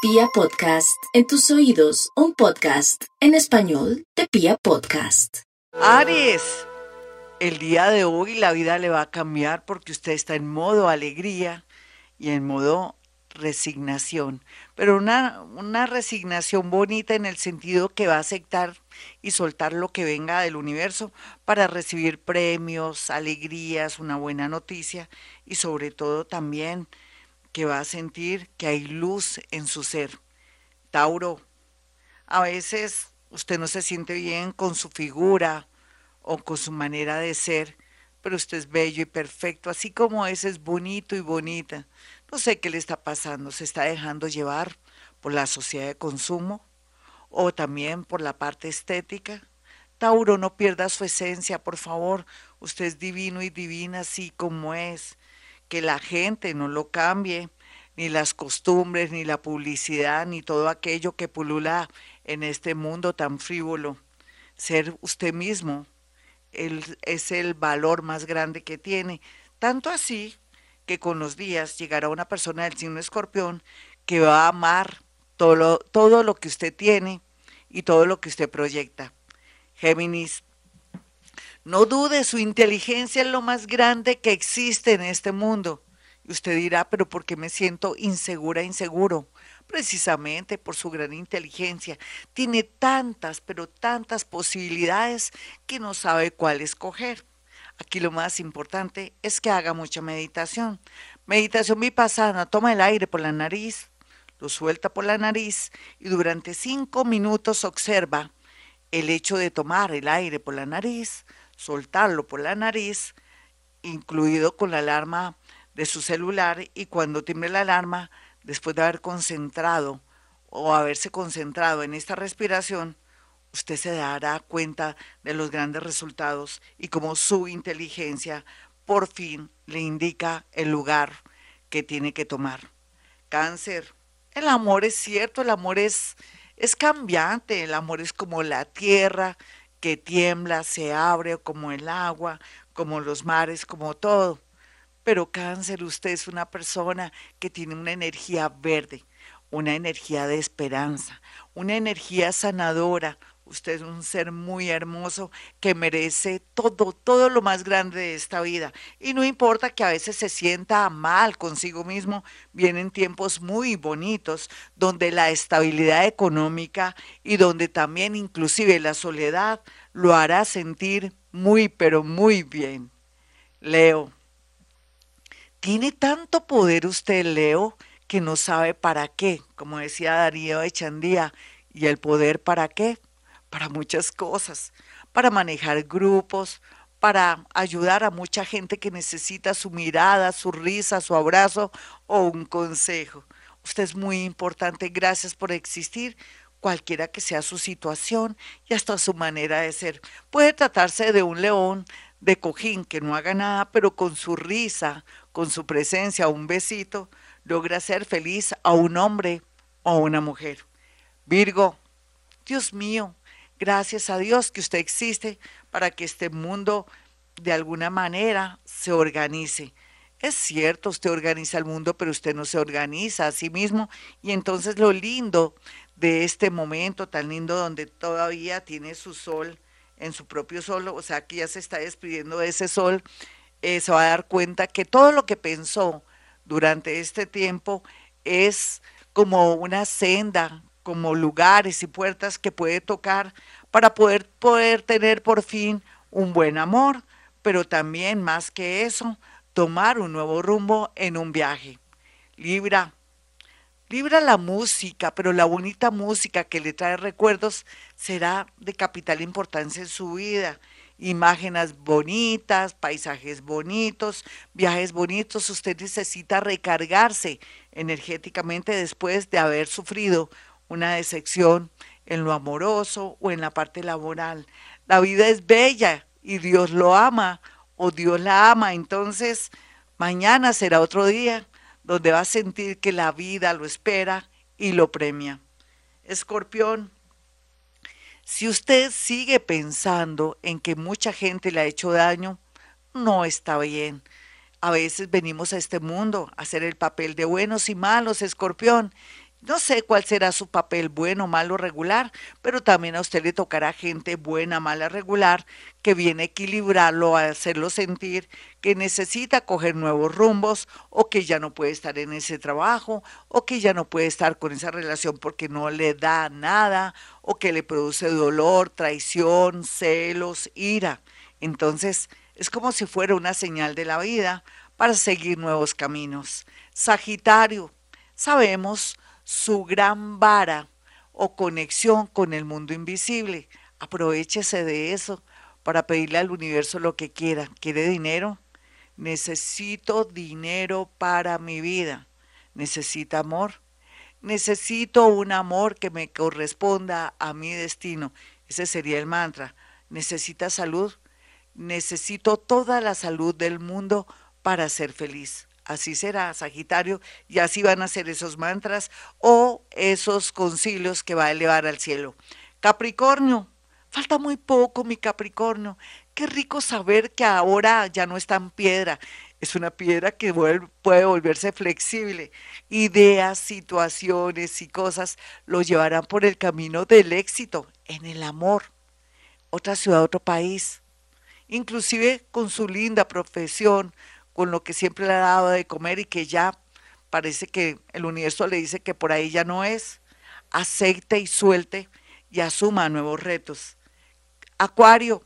Pia Podcast, en tus oídos, un podcast en español de Pia Podcast. Aries, el día de hoy la vida le va a cambiar porque usted está en modo alegría y en modo resignación, pero una resignación bonita en el sentido que va a aceptar y soltar lo que venga del universo para recibir premios, alegrías, una buena noticia y sobre todo también que va a sentir que hay luz en su ser. Tauro, a veces usted no se siente bien con su figura o con su manera de ser, pero usted es bello y perfecto, así como es bonito y bonita. No sé qué le está pasando, se está dejando llevar por la sociedad de consumo o también por la parte estética. Tauro, no pierda su esencia, por favor. Usted es divino y divina así como es. Que la gente no lo cambie, ni las costumbres, ni la publicidad, ni todo aquello que pulula en este mundo tan frívolo. Ser usted mismo es el valor más grande que tiene. Tanto así que con los días llegará una persona del signo Escorpión que va a amar todo lo que usted tiene y todo lo que usted proyecta. Géminis, no dude, su inteligencia es lo más grande que existe en este mundo. Y usted dirá, pero ¿por qué me siento insegura, inseguro? Precisamente por su gran inteligencia. Tiene tantas, pero tantas posibilidades que no sabe cuál escoger. Aquí lo más importante es que haga mucha meditación. Meditación vipassana, toma el aire por la nariz, lo suelta por la nariz y durante 5 minutos observa el hecho de tomar el aire por la nariz, soltarlo por la nariz, incluido con la alarma de su celular, y cuando timbre la alarma, después de haber concentrado o haberse concentrado en esta respiración, usted se dará cuenta de los grandes resultados y cómo su inteligencia por fin le indica el lugar que tiene que tomar. Cáncer, el amor es cierto, el amor es cambiante, el amor es como la tierra que tiembla, se abre, como el agua, como los mares, como todo. Pero Cáncer, usted es una persona que tiene una energía verde, una energía de esperanza, una energía sanadora. Usted es un ser muy hermoso que merece todo, todo lo más grande de esta vida. Y no importa que a veces se sienta mal consigo mismo, vienen tiempos muy bonitos donde la estabilidad económica y donde también inclusive la soledad lo hará sentir muy, pero muy bien. Leo. Tiene tanto poder usted, Leo, que no sabe para qué, como decía Darío Echandía, ¿y el poder para qué? Para muchas cosas, para manejar grupos, para ayudar a mucha gente que necesita su mirada, su risa, su abrazo o un consejo. Usted es muy importante, gracias por existir, cualquiera que sea su situación y hasta su manera de ser. Puede tratarse de un león de cojín que no haga nada, pero con su risa, con su presencia, un besito, logra ser feliz a un hombre o a una mujer. Virgo, Dios mío, gracias a Dios que usted existe para que este mundo de alguna manera se organice. Es cierto, usted organiza el mundo, pero usted no se organiza a sí mismo. Y entonces lo lindo de este momento tan lindo donde todavía tiene su sol en su propio sol, o sea que ya se está despidiendo de ese sol, se va a dar cuenta que todo lo que pensó durante este tiempo es como una senda, como lugares y puertas que puede tocar para poder tener por fin un buen amor, pero también más que eso, tomar un nuevo rumbo en un viaje. Libra, Libra la música, pero la bonita música que le trae recuerdos será de capital importancia en su vida. Imágenes bonitas, paisajes bonitos, viajes bonitos. Usted necesita recargarse energéticamente después de haber sufrido una decepción en lo amoroso o en la parte laboral. La vida es bella y Dios lo ama o Dios la ama. Entonces, mañana será otro día donde va a sentir que la vida lo espera y lo premia. Escorpión, si usted sigue pensando en que mucha gente le ha hecho daño, no está bien. A veces venimos a este mundo a hacer el papel de buenos y malos, Escorpión, No sé cuál será su papel, bueno, malo, regular, pero también a usted le tocará gente buena, mala, regular, que viene a equilibrarlo, a hacerlo sentir que necesita coger nuevos rumbos o que ya no puede estar en ese trabajo o que ya no puede estar con esa relación porque no le da nada o que le produce dolor, traición, celos, ira. Entonces, es como si fuera una señal de la vida para seguir nuevos caminos. Sagitario, sabemos su gran vara o conexión con el mundo invisible. Aprovechese de eso para pedirle al universo lo que quiera. ¿Quiere dinero? Necesito dinero para mi vida. ¿Necesita amor? Necesito un amor que me corresponda a mi destino. Ese sería el mantra. ¿Necesita salud? Necesito toda la salud del mundo para ser feliz. Así será, Sagitario, y así van a ser esos mantras o esos concilios que va a elevar al cielo. Capricornio, falta muy poco, mi Capricornio. Qué rico saber que ahora ya no es tan piedra, es una piedra que puede volverse flexible. Ideas, situaciones y cosas lo llevarán por el camino del éxito, en el amor. Otra ciudad, otro país, inclusive con su linda profesión, con lo que siempre le ha dado de comer y que ya parece que el universo le dice que por ahí ya no es. Acepte y suelte y asuma nuevos retos. Acuario,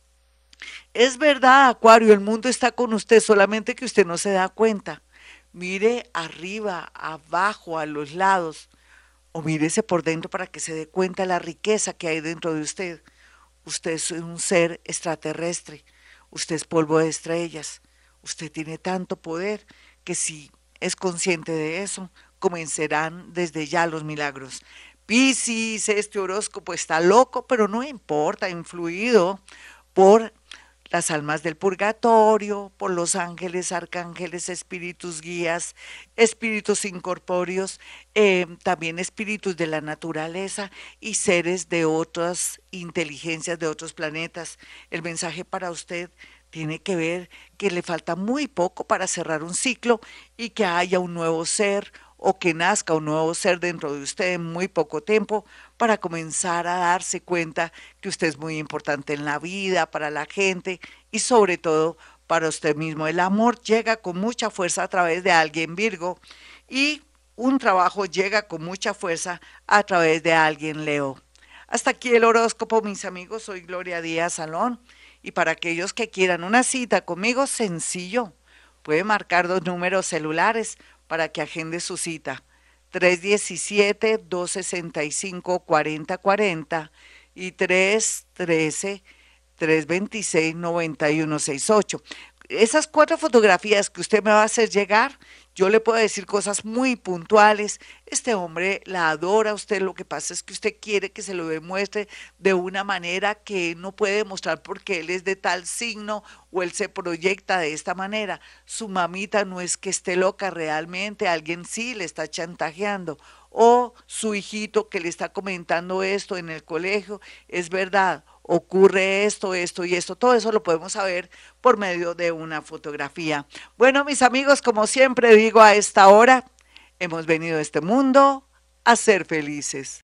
es verdad, Acuario, el mundo está con usted, solamente que usted no se da cuenta. Mire arriba, abajo, a los lados, o mírese por dentro para que se dé cuenta de la riqueza que hay dentro de usted. Usted es un ser extraterrestre, usted es polvo de estrellas, usted tiene tanto poder que si es consciente de eso, comenzarán desde ya los milagros. Piscis, este horóscopo está loco, pero no importa, influido por las almas del purgatorio, por los ángeles, arcángeles, espíritus guías, espíritus incorpóreos, también espíritus de la naturaleza y seres de otras inteligencias de otros planetas. El mensaje para usted tiene que ver que le falta muy poco para cerrar un ciclo y que haya un nuevo ser o que nazca un nuevo ser dentro de usted en muy poco tiempo para comenzar a darse cuenta que usted es muy importante en la vida, para la gente y sobre todo para usted mismo. El amor llega con mucha fuerza a través de alguien Virgo y un trabajo llega con mucha fuerza a través de alguien Leo. Hasta aquí el horóscopo, mis amigos. Soy Gloria Díaz Salón y para aquellos que quieran una cita conmigo, sencillo, puede marcar dos números celulares para que agende su cita. 317-265-4040 y 313-326-9168. Esas 4 fotografías que usted me va a hacer llegar, yo le puedo decir cosas muy puntuales. Este hombre la adora a usted, lo que pasa es que usted quiere que se lo demuestre de una manera que no puede demostrar porque él es de tal signo o él se proyecta de esta manera. Su mamita no es que esté loca realmente, alguien sí le está chantajeando. O su hijito que le está comentando esto en el colegio, es verdad, ocurre esto, esto y esto, todo eso lo podemos saber por medio de una fotografía. Bueno, mis amigos, como siempre digo a esta hora, hemos venido a este mundo a ser felices.